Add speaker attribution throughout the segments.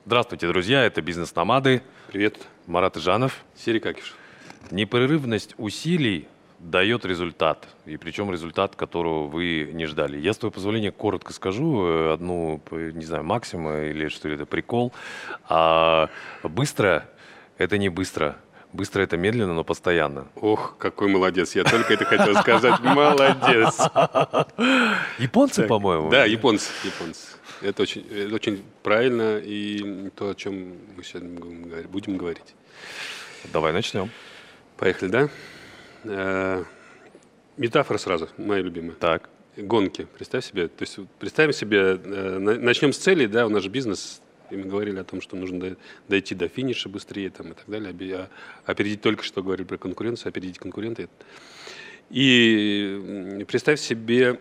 Speaker 1: Здравствуйте, друзья, это «Бизнес-номады».
Speaker 2: Привет.
Speaker 1: Марат Ижанов.
Speaker 2: Серый Какиш.
Speaker 1: Непрерывность усилий дает результат, и причем результат, которого вы не ждали. Я, с твоего позволения, коротко скажу одну, не знаю, максимум или что ли это прикол. Быстро – это не быстро. Быстро – это медленно, но постоянно.
Speaker 2: Ох, какой молодец. Я только это хотел сказать. Молодец.
Speaker 1: Японцы, по-моему?
Speaker 2: Да, японцы. Это очень правильно и то, о чем мы сегодня будем говорить.
Speaker 1: Давай начнем.
Speaker 2: Поехали, да? Метафора сразу, моя любимая.
Speaker 1: Так.
Speaker 2: Гонки. Представь себе. То есть представим себе, начнем с целей, да, у нас же бизнес. И мы говорили о том, что нужно дойти до финиша быстрее там, и так далее. Опередить, только что говорили про конкуренцию, опередить конкурента. И представь себе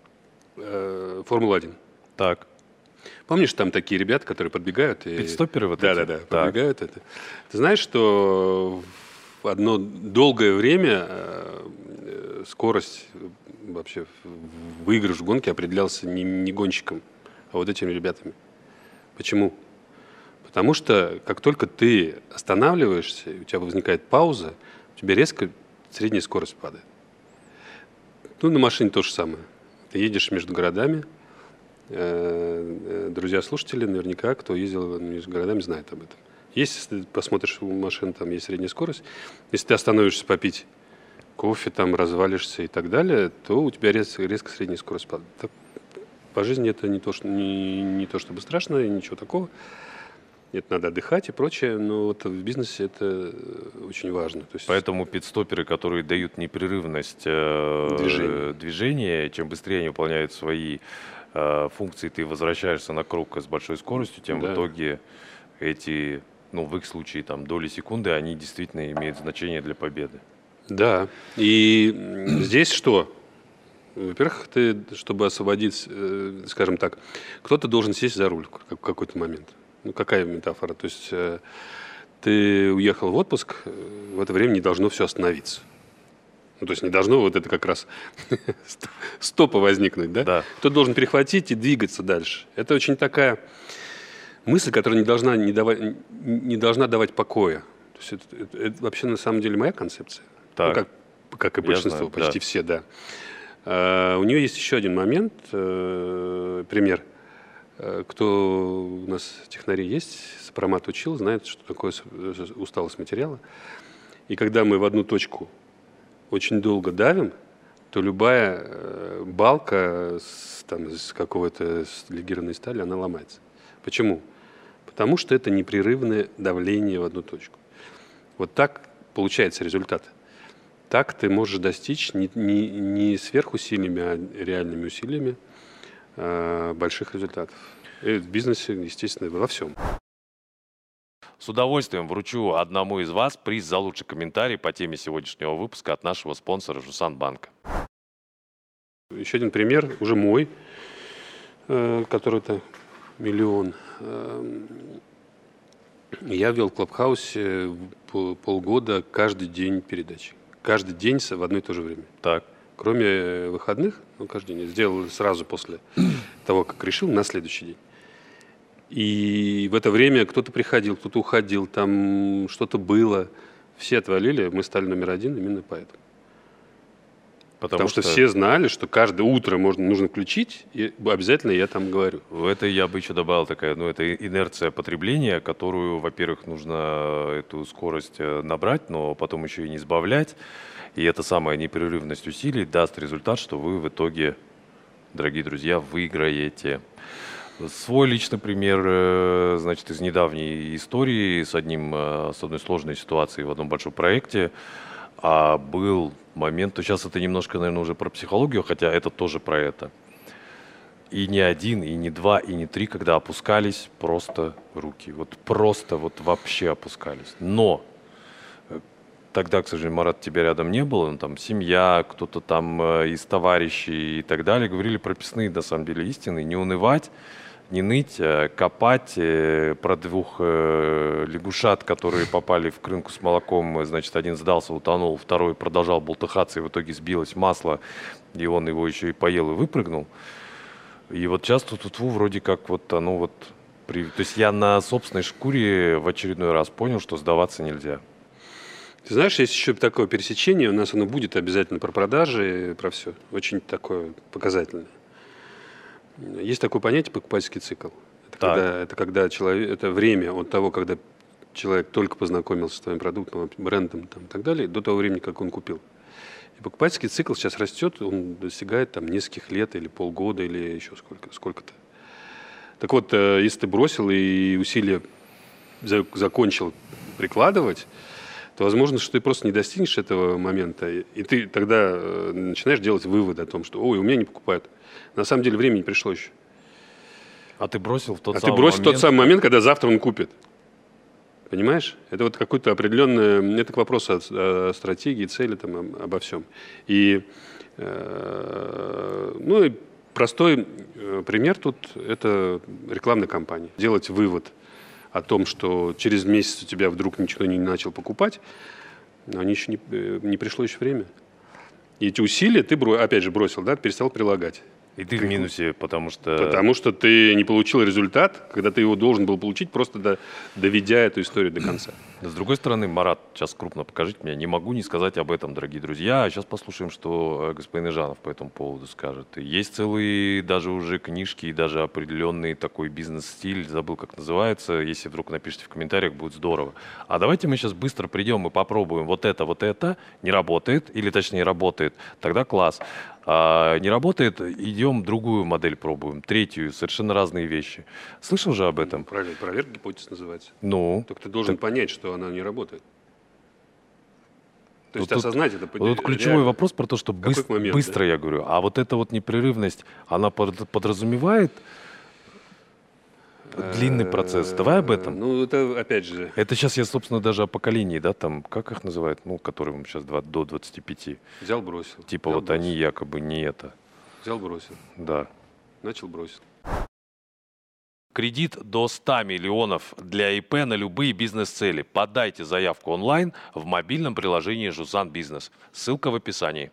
Speaker 2: Формулу-1.
Speaker 1: Так.
Speaker 2: Помнишь, там такие ребята, которые подбегают?
Speaker 1: Питстоперы вот эти?
Speaker 2: Да, подбегают. Это. Ты знаешь, что в одно долгое время скорость, вообще выигрыш в гонке определялся не гонщиком, а вот этими ребятами. Почему? Потому что как только ты останавливаешься, у тебя возникает пауза, у тебя резко средняя скорость падает. Ну, на машине то же самое. Ты едешь между городами. Друзья-слушатели, наверняка, кто ездил между городами, знают об этом. Если ты посмотришь у машин, там есть средняя скорость. Если ты остановишься попить кофе, там развалишься и так далее, то у тебя резко средняя скорость падает. По жизни это не то чтобы страшно, и ничего такого. Это надо отдыхать и прочее, но вот в бизнесе это очень важно. То есть
Speaker 1: Поэтому питстоперы, которые дают непрерывность движения, чем быстрее они выполняют свои функции, ты возвращаешься на круг с большой скоростью, тем в итоге эти, в их случае, там, доли секунды, они действительно имеют значение для победы. Да.
Speaker 2: И здесь что? Во-первых, ты, чтобы освободить, скажем так, кто-то должен сесть за руль в какой-то момент. Ну, какая метафора? То есть ты уехал в отпуск, в это время не должно все остановиться. Ну, то есть не должно вот это как раз стопа возникнуть, да?
Speaker 1: Да.
Speaker 2: Кто должен перехватить и двигаться дальше. Это очень такая мысль, которая не должна давать покоя. То есть это вообще на самом деле моя концепция.
Speaker 1: Так.
Speaker 2: Ну, как и большинство, почти все, да. У нее есть еще один момент, пример. Кто у нас технари есть, сопромат учил, знает, что такое усталость материала. И когда мы в одну точку очень долго давим, то любая балка из какого-то легированной стали, она ломается. Почему? Потому что это непрерывное давление в одну точку. Вот так получается результат. Так ты можешь достичь не сверхусилиями, а реальными усилиями больших результатов. И в бизнесе, естественно, во всем.
Speaker 1: С удовольствием вручу одному из вас приз за лучший комментарий по теме сегодняшнего выпуска от нашего спонсора Жусан-банка.
Speaker 2: Еще один пример, уже мой, который-то миллион. Я вел в Клабхаусе полгода каждый день передачи. Каждый день в одно и то же время.
Speaker 1: Так.
Speaker 2: Кроме выходных, каждый день. Сделал сразу после того, как решил, на следующий день. И в это время кто-то приходил, кто-то уходил, там что-то было. Все отвалили, мы стали номер один именно поэтому. Потому что все знали, что каждое утро нужно включить, и обязательно я там говорю.
Speaker 1: В это я бы еще добавил это инерция потребления, которую, во-первых, нужно эту скорость набрать, но потом еще и не сбавлять. И эта самая непрерывность усилий даст результат, что вы в итоге, дорогие друзья, выиграете. Свой личный пример, из недавней истории с одной сложной ситуацией в одном большом проекте. Был момент, то сейчас это немножко, наверное, уже про психологию, хотя это тоже про это. И не один, и не два, и не три, когда опускались просто руки. Просто вообще опускались. Но тогда, к сожалению, Марат, тебя рядом не было, там семья, кто-то там из товарищей и так далее, говорили прописные, на самом деле, истины. Не унывать, не ныть, копать. Про двух лягушат, которые попали в крынку с молоком, один сдался, утонул, второй продолжал бултыхаться, и в итоге сбилось масло, и он его еще и поел и выпрыгнул. И вот сейчас тут вроде как оно То есть я на собственной шкуре в очередной раз понял, что сдаваться нельзя.
Speaker 2: Ты знаешь, есть еще такое пересечение, у нас оно будет обязательно про продажи, про все. Очень такое показательное. Есть такое понятие покупательский цикл. Это когда человек, это время от того, когда человек только познакомился с твоим продуктом, брендом там, и так далее, до того времени, как он купил. И покупательский цикл сейчас растет, он достигает там нескольких лет или полгода или еще сколько-то. Так вот, если ты бросил и усилия закончил прикладывать, то возможно, что ты просто не достигнешь этого момента, и ты тогда начинаешь делать выводы о том, что ой, у меня не покупают. На самом деле времени не пришло еще.
Speaker 1: А ты бросил в тот
Speaker 2: тот самый момент, когда завтра он купит. Понимаешь? Это вот какой-то определенный... Это к вопросу о стратегии, цели, там, обо всем. И, и простой пример тут – это рекламная кампания. Делать вывод о том, что через месяц у тебя вдруг ничего не начал покупать, но они еще не пришло еще время. И эти усилия ты, опять же, бросил, да, перестал прилагать.
Speaker 1: И ты в минусе, потому что...
Speaker 2: Потому что ты не получил результат, когда ты его должен был получить, просто доведя эту историю до конца.
Speaker 1: С другой стороны, Марат, сейчас крупно покажите мне, не могу не сказать об этом, дорогие друзья. Сейчас послушаем, что господин Ижанов по этому поводу скажет. И есть целые даже уже книжки и даже определенный такой бизнес-стиль, забыл, как называется. Если вдруг напишите в комментариях, будет здорово. А давайте мы сейчас быстро придем и попробуем вот это, не работает, или точнее работает, тогда класс. Не работает, идем другую модель пробуем, третью, совершенно разные вещи. Слышал же об этом?
Speaker 2: Правильно, проверка гипотез называется.
Speaker 1: Ну?
Speaker 2: Только ты должен понять, что она не работает. То есть осознать это.
Speaker 1: Вот ключевой вопрос про то, что быстро,
Speaker 2: да?
Speaker 1: Я говорю. А вот эта вот непрерывность, она подразумевает длинный процесс. Давай об этом.
Speaker 2: Ну, это опять же...
Speaker 1: Это сейчас я, собственно, даже о поколении, да, там, как их называют, ну, которым сейчас до 25.
Speaker 2: Взял, бросил.
Speaker 1: Типа вот
Speaker 2: бросил.
Speaker 1: Они якобы не это.
Speaker 2: Взял, бросил.
Speaker 1: Да.
Speaker 2: Начал, бросил.
Speaker 1: Кредит до 100 миллионов для ИП на любые бизнес-цели. Подайте заявку онлайн в мобильном приложении «Жусан Бизнес». Ссылка в описании.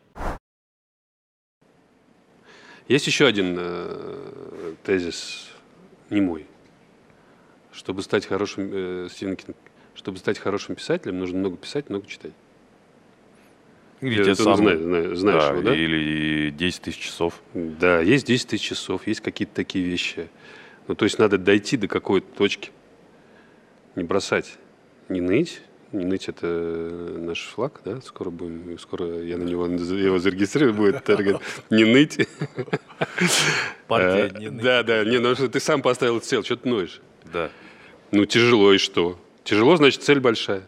Speaker 2: Есть еще один тезис, не мой. Чтобы стать хорошим, чтобы стать хорошим писателем, нужно много писать, много читать.
Speaker 1: Или те самые,
Speaker 2: знаешь его, да?
Speaker 1: Или 10 тысяч часов.
Speaker 2: Да, есть 10 тысяч часов, есть какие-то такие вещи. Ну, то есть надо дойти до какой-то точки. Не бросать, не ныть. Не ныть – это наш флаг, да? Скоро я на него его зарегистрирую, будет не ныть.
Speaker 1: Партия не ныть.
Speaker 2: Да, ну ты сам поставил цель, что ты ноешь?
Speaker 1: Да.
Speaker 2: Ну, тяжело, и что? Тяжело, значит, цель большая.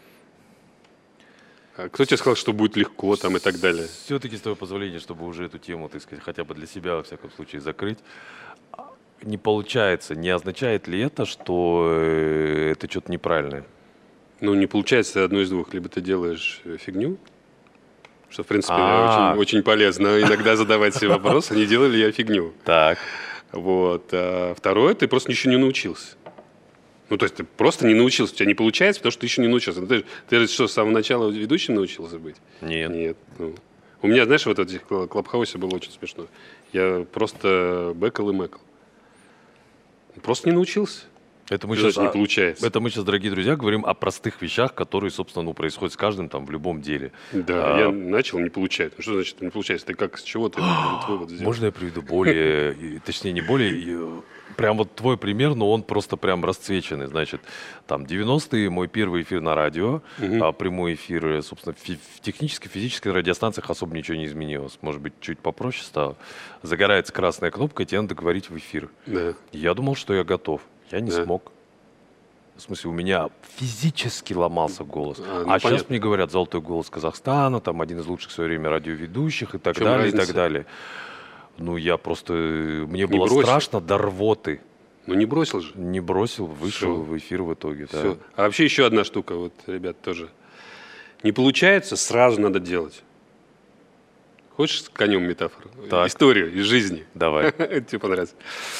Speaker 2: А кто тебе сказал, что будет легко там и так далее?
Speaker 1: Все-таки, с твоего позволения, чтобы уже эту тему, так сказать, хотя бы для себя, во всяком случае, закрыть, не получается, не означает ли это, что это что-то неправильное?
Speaker 2: Ну, не получается одно из двух. Либо ты делаешь фигню, что, в принципе, очень, очень полезно иногда задавать себе вопрос, а не делал ли я фигню.
Speaker 1: Так.
Speaker 2: Вот. А второе, ты просто еще не научился. Ну, то есть ты просто не научился, у тебя не получается, потому что ты еще не научился. Ты же что, с самого начала ведущим научился быть?
Speaker 1: Нет.
Speaker 2: Нет. Ну. У меня, знаешь, вот в этих клабхаусе было очень смешно. Я просто бэкал и мэкал. Просто не научился.
Speaker 1: Это мы
Speaker 2: сейчас не получается.
Speaker 1: Это мы сейчас, дорогие друзья, говорим о простых вещах, которые, собственно, происходят с каждым там в любом деле.
Speaker 2: Да, я начал, не получается. Что значит не получается? Ты как, с чего ты этот вывод сделал?
Speaker 1: Можно я приведу более, точнее, не более, прям вот твой пример, но он просто прям расцвеченный. Значит, там 90-е, мой первый эфир на радио, прямой эфир, собственно, в технической, физической радиостанциях особо ничего не изменилось. Может быть, чуть попроще стало. Загорается красная кнопка, и тебе надо говорить в эфир.
Speaker 2: Да.
Speaker 1: Я думал, что я готов. Я не смог. В смысле, у меня физически ломался голос. Сейчас мне говорят, золотой голос Казахстана, там один из лучших в свое время радиоведущих и так далее, и так далее. Ну, я просто... Мне было страшно до рвоты.
Speaker 2: Ну, не бросил же.
Speaker 1: Не бросил, вышел в эфир в итоге. Да.
Speaker 2: Все. А вообще еще одна штука, вот, ребят, тоже. Не получается, сразу надо делать. Хочешь с конем метафору?
Speaker 1: Так.
Speaker 2: Историю из жизни.
Speaker 1: Давай.
Speaker 2: Тебе понравится.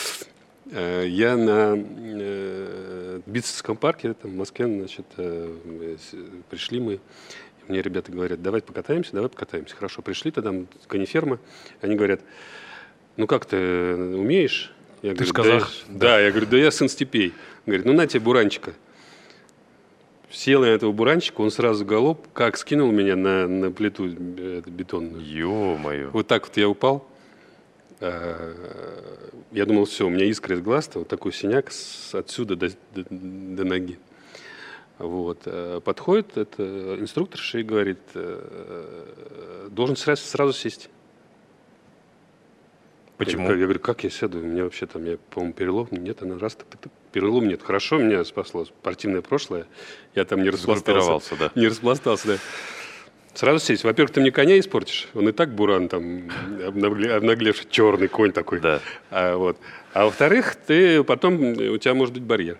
Speaker 2: Я на Битцевском парке, там, в Москве, значит, пришли мы. Мне ребята говорят, давай покатаемся. Хорошо, пришли, там кониферма. Они говорят, ну как ты умеешь? Я
Speaker 1: Ты
Speaker 2: говорю,
Speaker 1: ж казах.
Speaker 2: Да, я говорю, да я сын степей. Он говорит, ну на тебе буранчика. Сел я на этого буранчика, он сразу галоп, как скинул меня на плиту бетонную.
Speaker 1: Ё-моё.
Speaker 2: Вот так вот я упал. Я думал, все, у меня искра из глаз-то, вот такой синяк отсюда до ноги. Вот. Подходит это инструкторша и говорит, должен сразу сесть.
Speaker 1: Почему?
Speaker 2: Я говорю, как я сяду? У меня вообще там, по-моему, перелом нет, она раз, перелом нет. Хорошо, меня спасло спортивное прошлое. Я там не распластался.
Speaker 1: Да.
Speaker 2: Не распластался, да. Сразу сесть. Во-первых, ты мне коня испортишь. Он и так буран, там, обнаглевший черный конь такой.
Speaker 1: Да.
Speaker 2: А во-вторых, у тебя может быть барьер.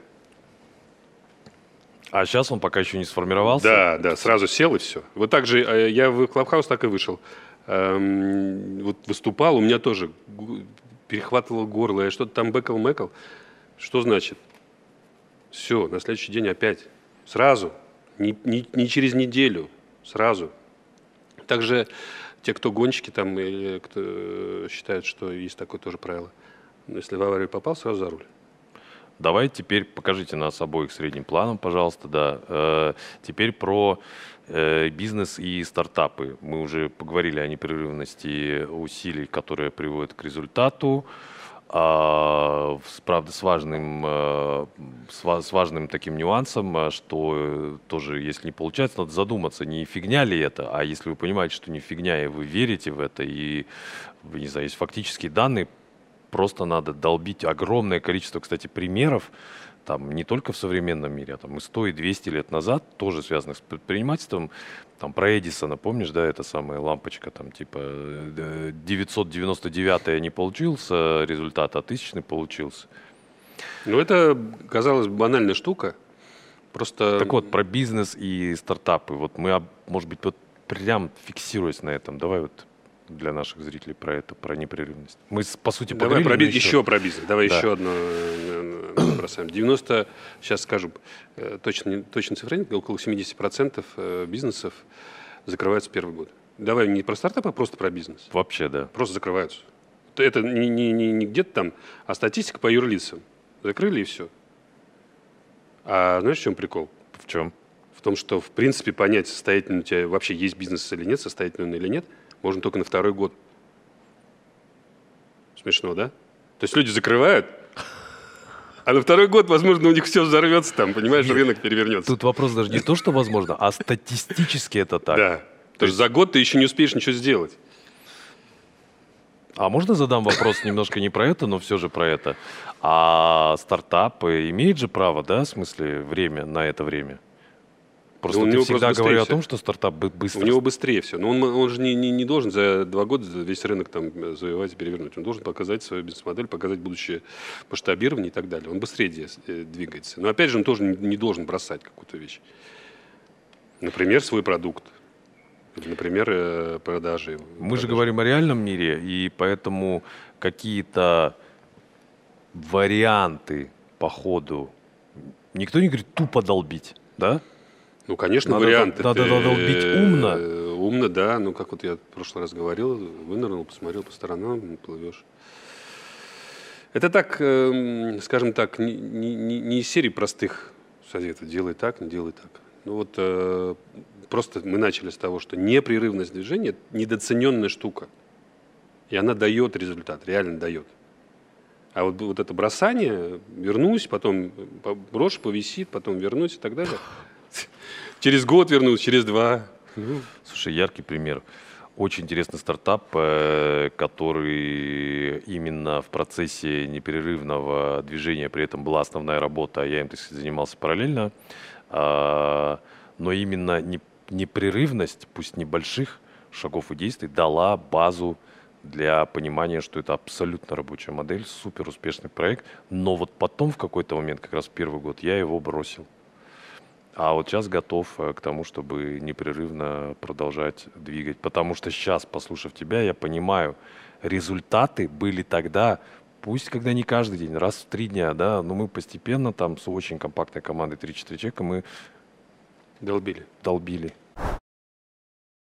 Speaker 1: А сейчас он пока еще не сформировался?
Speaker 2: Да, сразу сел и все. Вот так же я в Клабхаус так и вышел. Вот выступал, у меня тоже перехватывало горло, я что-то там бэкал-мэкал. Что значит? Все, на следующий день опять. Сразу. Не через неделю. Сразу. Также те, кто гонщики там, или кто считают, что есть такое тоже правило. Если в аварию попал, сразу за руль.
Speaker 1: Давай теперь покажите нас обоих средним планом, пожалуйста, да. Теперь про бизнес и стартапы. Мы уже поговорили о непрерывности усилий, которые приводят к результату. Правда, с важным таким нюансом, что тоже, если не получается, надо задуматься, не фигня ли это, а если вы понимаете, что не фигня, и вы верите в это, и, не знаю, есть фактические данные, просто надо долбить огромное количество, кстати, примеров, там, не только в современном мире, а там и 100, и 200 лет назад, тоже связанных с предпринимательством. Там про Эдисона, помнишь, да, это самая лампочка, там, типа, 999 не получился результат, а 1000 получился.
Speaker 2: Ну, это, казалось, банальная штука. Просто...
Speaker 1: Так вот, про бизнес и стартапы. Вот мы, может быть, вот прям фиксируясь на этом, давай вот для наших зрителей про это, про непрерывность. Мы, по сути,
Speaker 2: давай
Speaker 1: поговорили.
Speaker 2: Еще про бизнес. Давай
Speaker 1: да.
Speaker 2: еще одно бросаем. 90, сейчас скажу, точно цифры нет, около 70% бизнесов закрываются первый год. Давай не про стартап, а просто про бизнес.
Speaker 1: Вообще, да.
Speaker 2: Просто закрываются. Это не где-то там, а статистика по юрлицам. Закрыли и все. А знаешь, в чем прикол?
Speaker 1: В чем?
Speaker 2: В том, что, в принципе, понять, состоятельный у тебя вообще есть бизнес или нет, состоятельный он или нет, можно только на второй год. Смешно, да? То есть люди закрывают, а на второй год, возможно, у них все взорвется там, понимаешь, рынок перевернется.
Speaker 1: Тут вопрос даже не то, что возможно, а статистически это так.
Speaker 2: Да. То есть за год ты еще не успеешь ничего сделать.
Speaker 1: А можно задам вопрос немножко не про это, но все же про это? А стартапы имеют же право, да, в смысле, время на это время? Просто ты всегда говорил о том, что стартап быстро...
Speaker 2: У него быстрее все. Но он же не должен за 2 года весь рынок там завоевать и перевернуть. Он должен показать свою бизнес-модель, показать будущее масштабирование и так далее. Он быстрее двигается. Но опять же, он тоже не должен бросать какую-то вещь. Например, свой продукт. Или, например, продажи.
Speaker 1: Мы же говорим о реальном мире, и поэтому какие-то варианты по ходу... Никто не говорит тупо долбить, да?
Speaker 2: Ну, конечно,
Speaker 1: надо
Speaker 2: варианты.
Speaker 1: Надо долбить умно.
Speaker 2: Умно, да. Ну, как вот я в прошлый раз говорил, вынырнул, посмотрел по сторонам, плывешь. Это так, скажем так, не из серии простых советов. Делай так, не делай так. Ну вот просто мы начали с того, что непрерывность движения – недооцененная штука. И она дает результат, реально дает. А вот это бросание, вернусь, потом брошу, повисит, потом вернусь и так далее. Через год вернусь, через 2.
Speaker 1: Слушай, яркий пример. Очень интересный стартап, который именно в процессе непрерывного движения, при этом была основная работа, я им, так сказать, занимался параллельно, но именно непрерывность, пусть небольших шагов и действий, дала базу для понимания, что это абсолютно рабочая модель, супер успешный проект, но вот потом в какой-то момент, как раз в первый год, я его бросил. А вот сейчас готов к тому, чтобы непрерывно продолжать двигать. Потому что сейчас, послушав тебя, я понимаю, результаты были тогда, пусть когда не каждый день, раз в 3 дня, да, но мы постепенно там с очень компактной командой 3-4 человека мы
Speaker 2: долбили.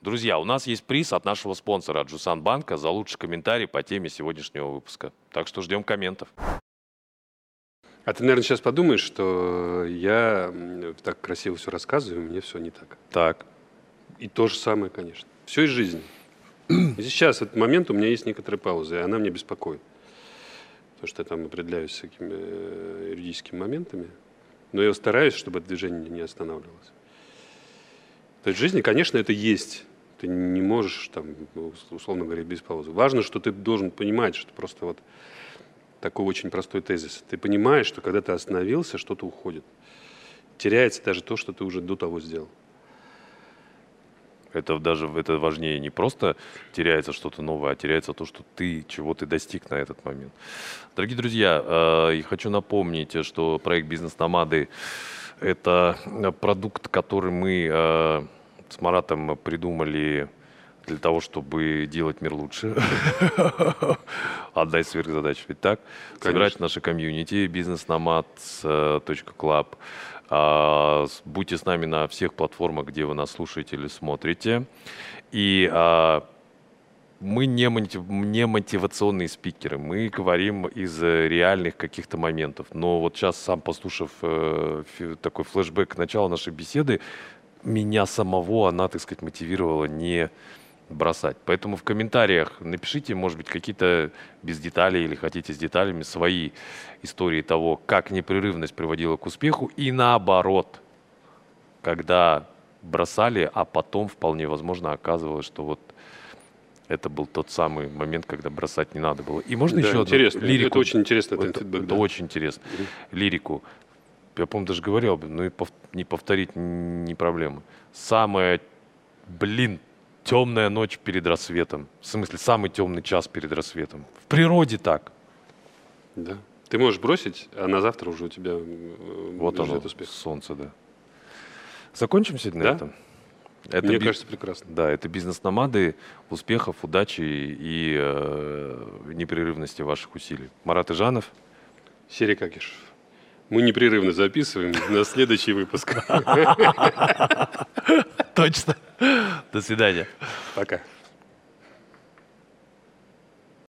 Speaker 1: Друзья, у нас есть приз от нашего спонсора, от Жусан Банка, за лучший комментарий по теме сегодняшнего выпуска. Так что ждем комментов.
Speaker 2: А ты, наверное, сейчас подумаешь, что я так красиво все рассказываю, мне все не так.
Speaker 1: Так.
Speaker 2: И то же самое, конечно. Все из жизни. И сейчас, в этот момент, у меня есть некоторая пауза, и она меня беспокоит. Потому что я там определяюсь с такими юридическими моментами. Но я стараюсь, чтобы это движение не останавливалось. То есть в жизни, конечно, это есть. Ты не можешь, там, условно говоря, без паузы. Важно, что ты должен понимать, что просто вот такой очень простой тезис. Ты понимаешь, что когда ты остановился, что-то уходит. Теряется даже то, что ты уже до того сделал.
Speaker 1: Это важнее. Не просто теряется что-то новое, а теряется то, что чего ты достиг на этот момент. Дорогие друзья, я хочу напомнить, что проект «Бизнес-номады» — это продукт, который мы с Маратом придумали для того, чтобы делать мир лучше. Одна из сверхзадач. Ведь так? Собирать наше комьюнити businessnomads.club. Будьте с нами на всех платформах, где вы нас слушаете или смотрите. И мы не мотивационные спикеры. Мы говорим из реальных каких-то моментов. Но вот сейчас, сам послушав такой флешбэк начала нашей беседы, меня самого она, так сказать, мотивировала не бросать. Поэтому в комментариях напишите, может быть, какие-то без деталей или хотите с деталями свои истории того, как непрерывность приводила к успеху, и наоборот, когда бросали, а потом вполне возможно оказывалось, что вот это был тот самый момент, когда бросать не надо было. И можно еще одну лирику?
Speaker 2: Это очень интересно.
Speaker 1: Это очень интересно. Лирику. Я, по-моему, даже говорил, но и не повторить не проблема. Самая, темная ночь перед рассветом. В смысле, самый темный час перед рассветом. В природе так.
Speaker 2: Да. Ты можешь бросить, а на завтра уже у тебя
Speaker 1: вот оно,
Speaker 2: успех.
Speaker 1: Солнце, да. Закончим сегодня на этом?
Speaker 2: Мне кажется, прекрасно.
Speaker 1: Да, это бизнес-номады, успехов, удачи и непрерывности ваших усилий. Марат Ижанов.
Speaker 2: Серий Какишев. Мы непрерывно записываем на следующий выпуск.
Speaker 1: Точно. До свидания.
Speaker 2: Пока.